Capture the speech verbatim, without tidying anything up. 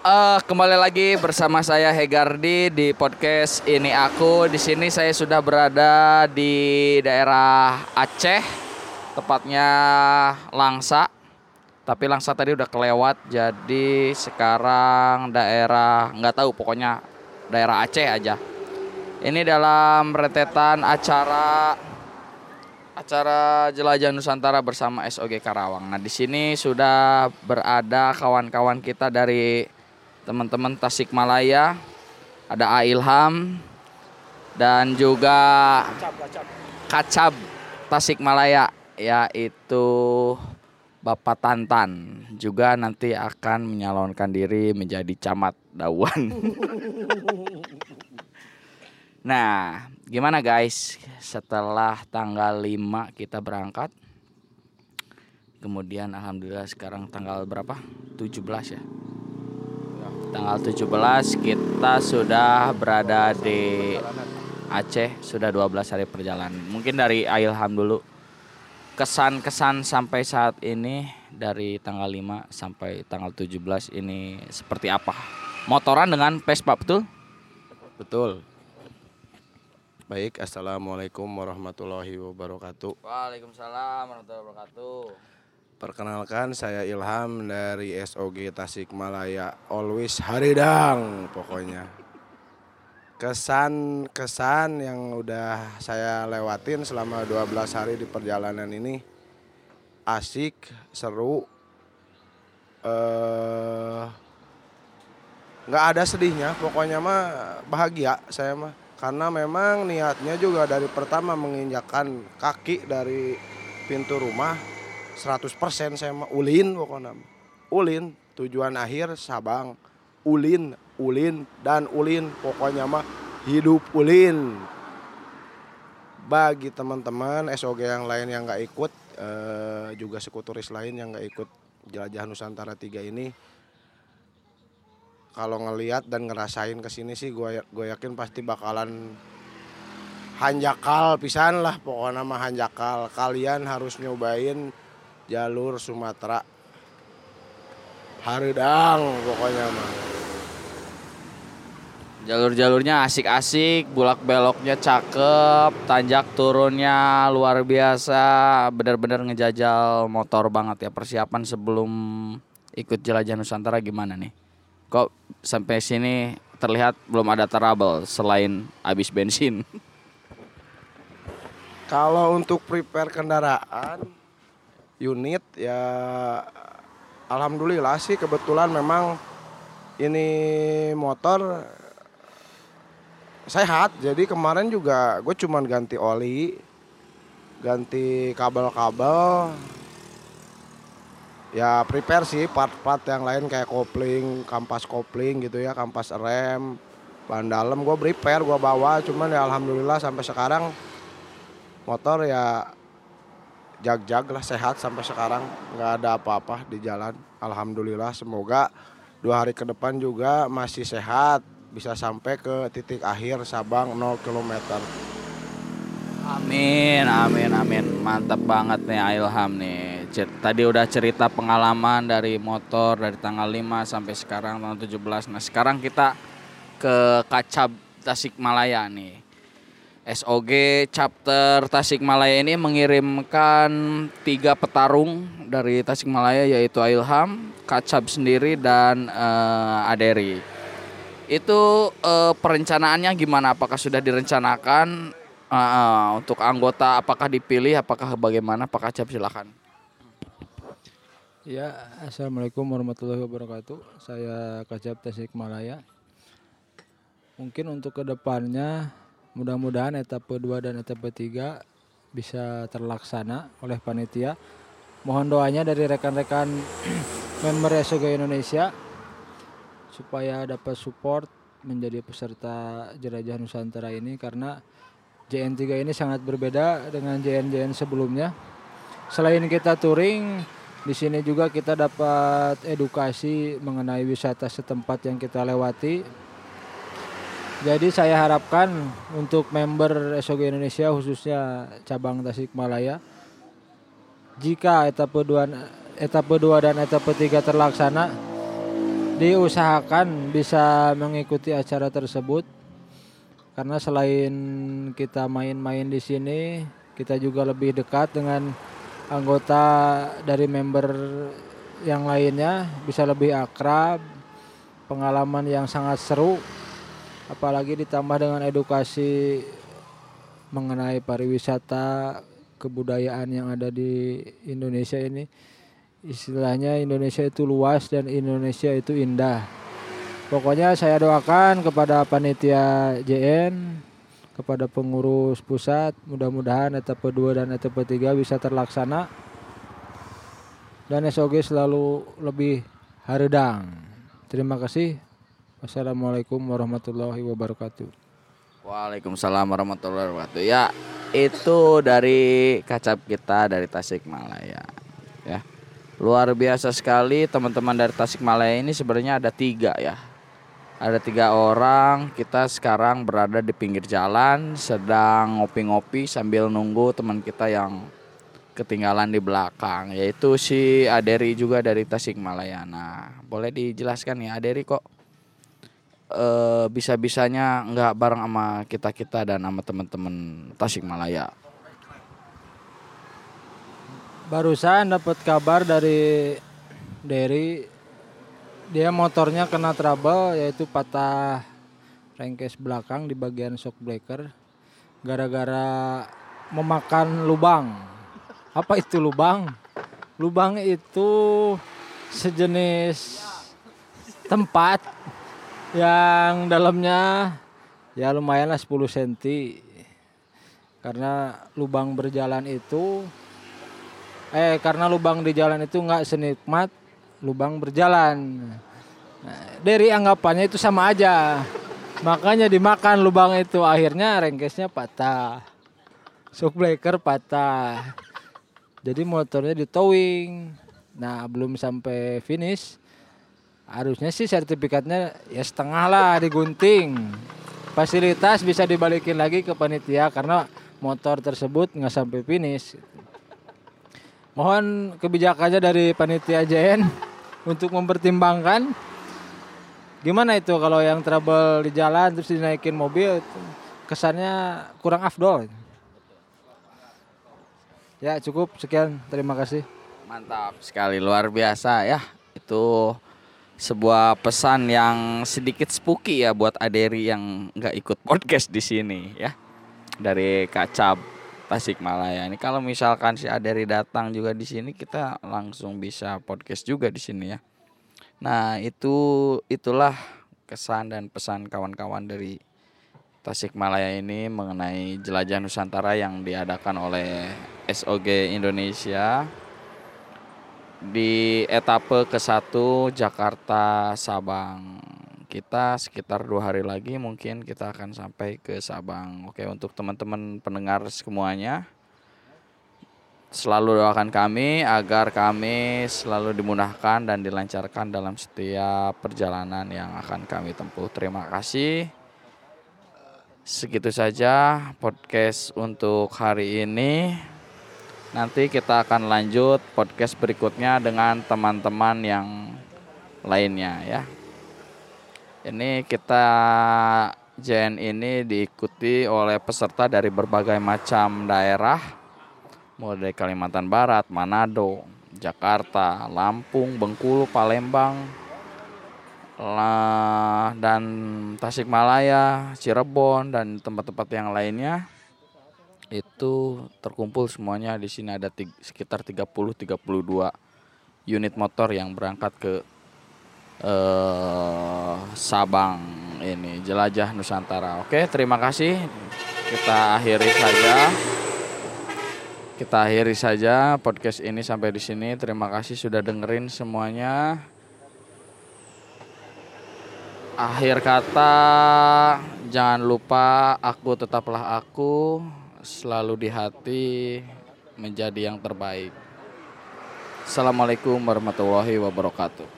uh, kembali lagi bersama saya Hegardi di podcast Ini Aku. Di sini saya sudah berada di daerah Aceh, tepatnya Langsa. Tapi Langsa tadi udah kelewat, jadi sekarang daerah nggak tahu, pokoknya daerah Aceh aja. Ini dalam rentetan acara acara Jelajah Nusantara bersama S O G Karawang. Nah, di sini sudah berada kawan-kawan kita dari teman-teman Tasikmalaya, ada A Ilham dan juga Kacab Tasikmalaya, yaitu Bapak Tantan, juga nanti akan menyalonkan diri menjadi camat Dauan. Nah, gimana guys? Setelah tanggal lima kita berangkat. Kemudian alhamdulillah sekarang tanggal berapa? tujuh belas ya. Tanggal tujuh belas kita sudah berada di Aceh, sudah dua belas hari perjalanan. Mungkin dari Ilham dulu. Kesan-kesan sampai saat ini dari tanggal lima sampai tanggal tujuh belas ini seperti apa? Motoran dengan Vespa, betul? Betul. Baik, assalamualaikum warahmatullahi wabarakatuh. Waalaikumsalam warahmatullahi wabarakatuh. Perkenalkan, saya Ilham dari S O G Tasikmalaya. Always haridang pokoknya. Kesan-kesan yang udah saya lewatin selama dua belas hari di perjalanan ini asik, seru. Eh, nggak ada sedihnya, pokoknya mah bahagia saya mah. Karena memang niatnya juga dari pertama menginjakkan kaki dari pintu rumah seratus persen saya mah ulin pokoknya. Ulin, tujuan akhir Sabang. Ulin, ulin, dan ulin. Pokoknya mah hidup ulin. Bagi teman-teman S O G yang lain yang gak ikut, eh, juga sekuturis lain yang gak ikut Jelajah Nusantara tiga ini, kalau ngelihat dan ngerasain kesini sih gue gue yakin pasti bakalan hanjakal pisan lah, pokoknya mah hanjakal. Kalian harus nyobain jalur Sumatera haridang pokoknya mah. Jalur-jalurnya asik-asik, bulak beloknya cakep, tanjak turunnya luar biasa, benar-benar ngejajal motor banget ya. Persiapan sebelum ikut Jelajah Nusantara gimana nih? Kok sampai sini terlihat belum ada trouble selain habis bensin? Kalau untuk prepare kendaraan, unit ya alhamdulillah sih kebetulan memang ini motor sehat. Jadi kemarin juga gue cuman ganti oli, ganti kabel-kabel. Ya prepare sih part-part yang lain kayak kopling, kampas kopling gitu ya, kampas rem, ban dalam gue prepare, gue bawa. Cuman ya alhamdulillah sampai sekarang motor ya jag-jag lah, sehat sampai sekarang, nggak ada apa-apa di jalan. Alhamdulillah, semoga dua hari ke depan juga masih sehat, bisa sampai ke titik akhir Sabang nol kilometer. Amin, amin, amin. Mantap banget nih Ilham nih. Tadi udah cerita pengalaman dari motor dari tanggal lima sampai sekarang tanggal tujuh belas. Nah, sekarang kita ke Kacab Tasikmalaya nih. S O G chapter Tasikmalaya ini mengirimkan tiga petarung dari Tasikmalaya, yaitu Ilham, Kacab sendiri, dan uh, Aderi. Itu uh, perencanaannya gimana? Apakah sudah direncanakan uh, uh, untuk anggota? Apakah dipilih? Apakah bagaimana? Pak Kacab, silakan. Ya, assalamualaikum warahmatullahi wabarakatuh. Saya Kacab Tasikmalaya. Mungkin untuk kedepannya mudah-mudahan etape dua dan etape tiga bisa terlaksana oleh panitia. Mohon doanya dari rekan-rekan member S O G Indonesia supaya dapat support menjadi peserta Jelajah Nusantara ini, karena J N tiga ini sangat berbeda dengan J N J N sebelumnya. Selain kita touring, di sini juga kita dapat edukasi mengenai wisata setempat yang kita lewati. Jadi saya harapkan untuk member S O G Indonesia khususnya cabang Tasikmalaya, jika etape dua etape dua dan etape tiga terlaksana, diusahakan bisa mengikuti acara tersebut karena selain kita main-main di sini, kita juga lebih dekat dengan anggota dari member yang lainnya, bisa lebih akrab, pengalaman yang sangat seru, apalagi ditambah dengan edukasi mengenai pariwisata, kebudayaan yang ada di Indonesia ini. Istilahnya Indonesia itu luas dan Indonesia itu indah. Pokoknya saya doakan kepada panitia J N, kepada pengurus pusat, mudah-mudahan etapa dua dan etapa tiga bisa terlaksana. Dan S O G selalu lebih hareudang. Terima kasih. Wassalamualaikum warahmatullahi wabarakatuh. Waalaikumsalam warahmatullahi wabarakatuh. Ya, itu dari kacap kita dari Tasikmalaya. Ya, luar biasa sekali teman-teman dari Tasikmalaya ini. Sebenarnya ada tiga ya. Ada tiga orang. Kita sekarang berada di pinggir jalan, sedang ngopi-ngopi sambil nunggu teman kita yang ketinggalan di belakang, yaitu si Aderi juga dari Tasikmalaya. Nah, boleh dijelaskan ya Aderi kok e, bisa-bisanya nggak bareng sama kita-kita dan sama teman-teman Tasikmalaya? Barusan dapat kabar dari Derry, dia motornya kena trouble, yaitu patah rengkes belakang di bagian shock breaker gara-gara memakan lubang. Apa itu lubang? Lubang itu sejenis tempat yang dalamnya ya lumayanlah sepuluh sentimeter. Karena lubang berjalan itu eh karena lubang di jalan itu nggak senikmat lubang berjalan. Nah, dari anggapannya itu sama aja. Makanya dimakan lubang itu, akhirnya rengkesnya patah. Shock breaker patah. Jadi motornya di towing. Nah, belum sampai finish. Harusnya sih sertifikatnya ya setengah lah digunting. Fasilitas bisa dibalikin lagi ke panitia karena motor tersebut nggak sampai finish. Mohon kebijakannya dari panitia J N untuk mempertimbangkan gimana itu kalau yang trouble di jalan terus dinaikin mobil, kesannya kurang afdol. Ya cukup sekian, terima kasih. Mantap sekali, luar biasa ya. Itu sebuah pesan yang sedikit spooky ya buat Aderi yang nggak ikut podcast di sini ya, dari Kacap Tasikmalaya. Ini kalau misalkan si Aderi datang juga di sini, kita langsung bisa podcast juga di sini ya. Nah itu itulah kesan dan pesan kawan-kawan dari Tasikmalaya ini mengenai Jelajah Nusantara yang diadakan oleh S O G Indonesia di etape ke satu Jakarta Sabang. Kita sekitar dua hari lagi mungkin kita akan sampai ke Sabang. Oke, untuk teman-teman pendengar semuanya, selalu doakan kami agar kami selalu dimudahkan dan dilancarkan dalam setiap perjalanan yang akan kami tempuh. Terima kasih. Segitu saja podcast untuk hari ini. Nanti kita akan lanjut podcast berikutnya dengan teman-teman yang lainnya ya. Ini kita J N ini diikuti oleh peserta dari berbagai macam daerah, mulai dari Kalimantan Barat, Manado, Jakarta, Lampung, Bengkulu, Palembang, dan Tasikmalaya, Cirebon, dan tempat-tempat yang lainnya. Itu terkumpul semuanya di sini. Ada tiga, sekitar tiga puluh sampai tiga puluh dua unit motor yang berangkat ke eh, Sabang ini, Jelajah Nusantara. Oke, terima kasih. Kita akhiri saja. Kita akhiri saja podcast ini sampai di sini. Terima kasih sudah dengerin semuanya. Akhir kata, jangan lupa aku tetaplah aku, selalu di hati, menjadi yang terbaik. Assalamualaikum warahmatullahi wabarakatuh.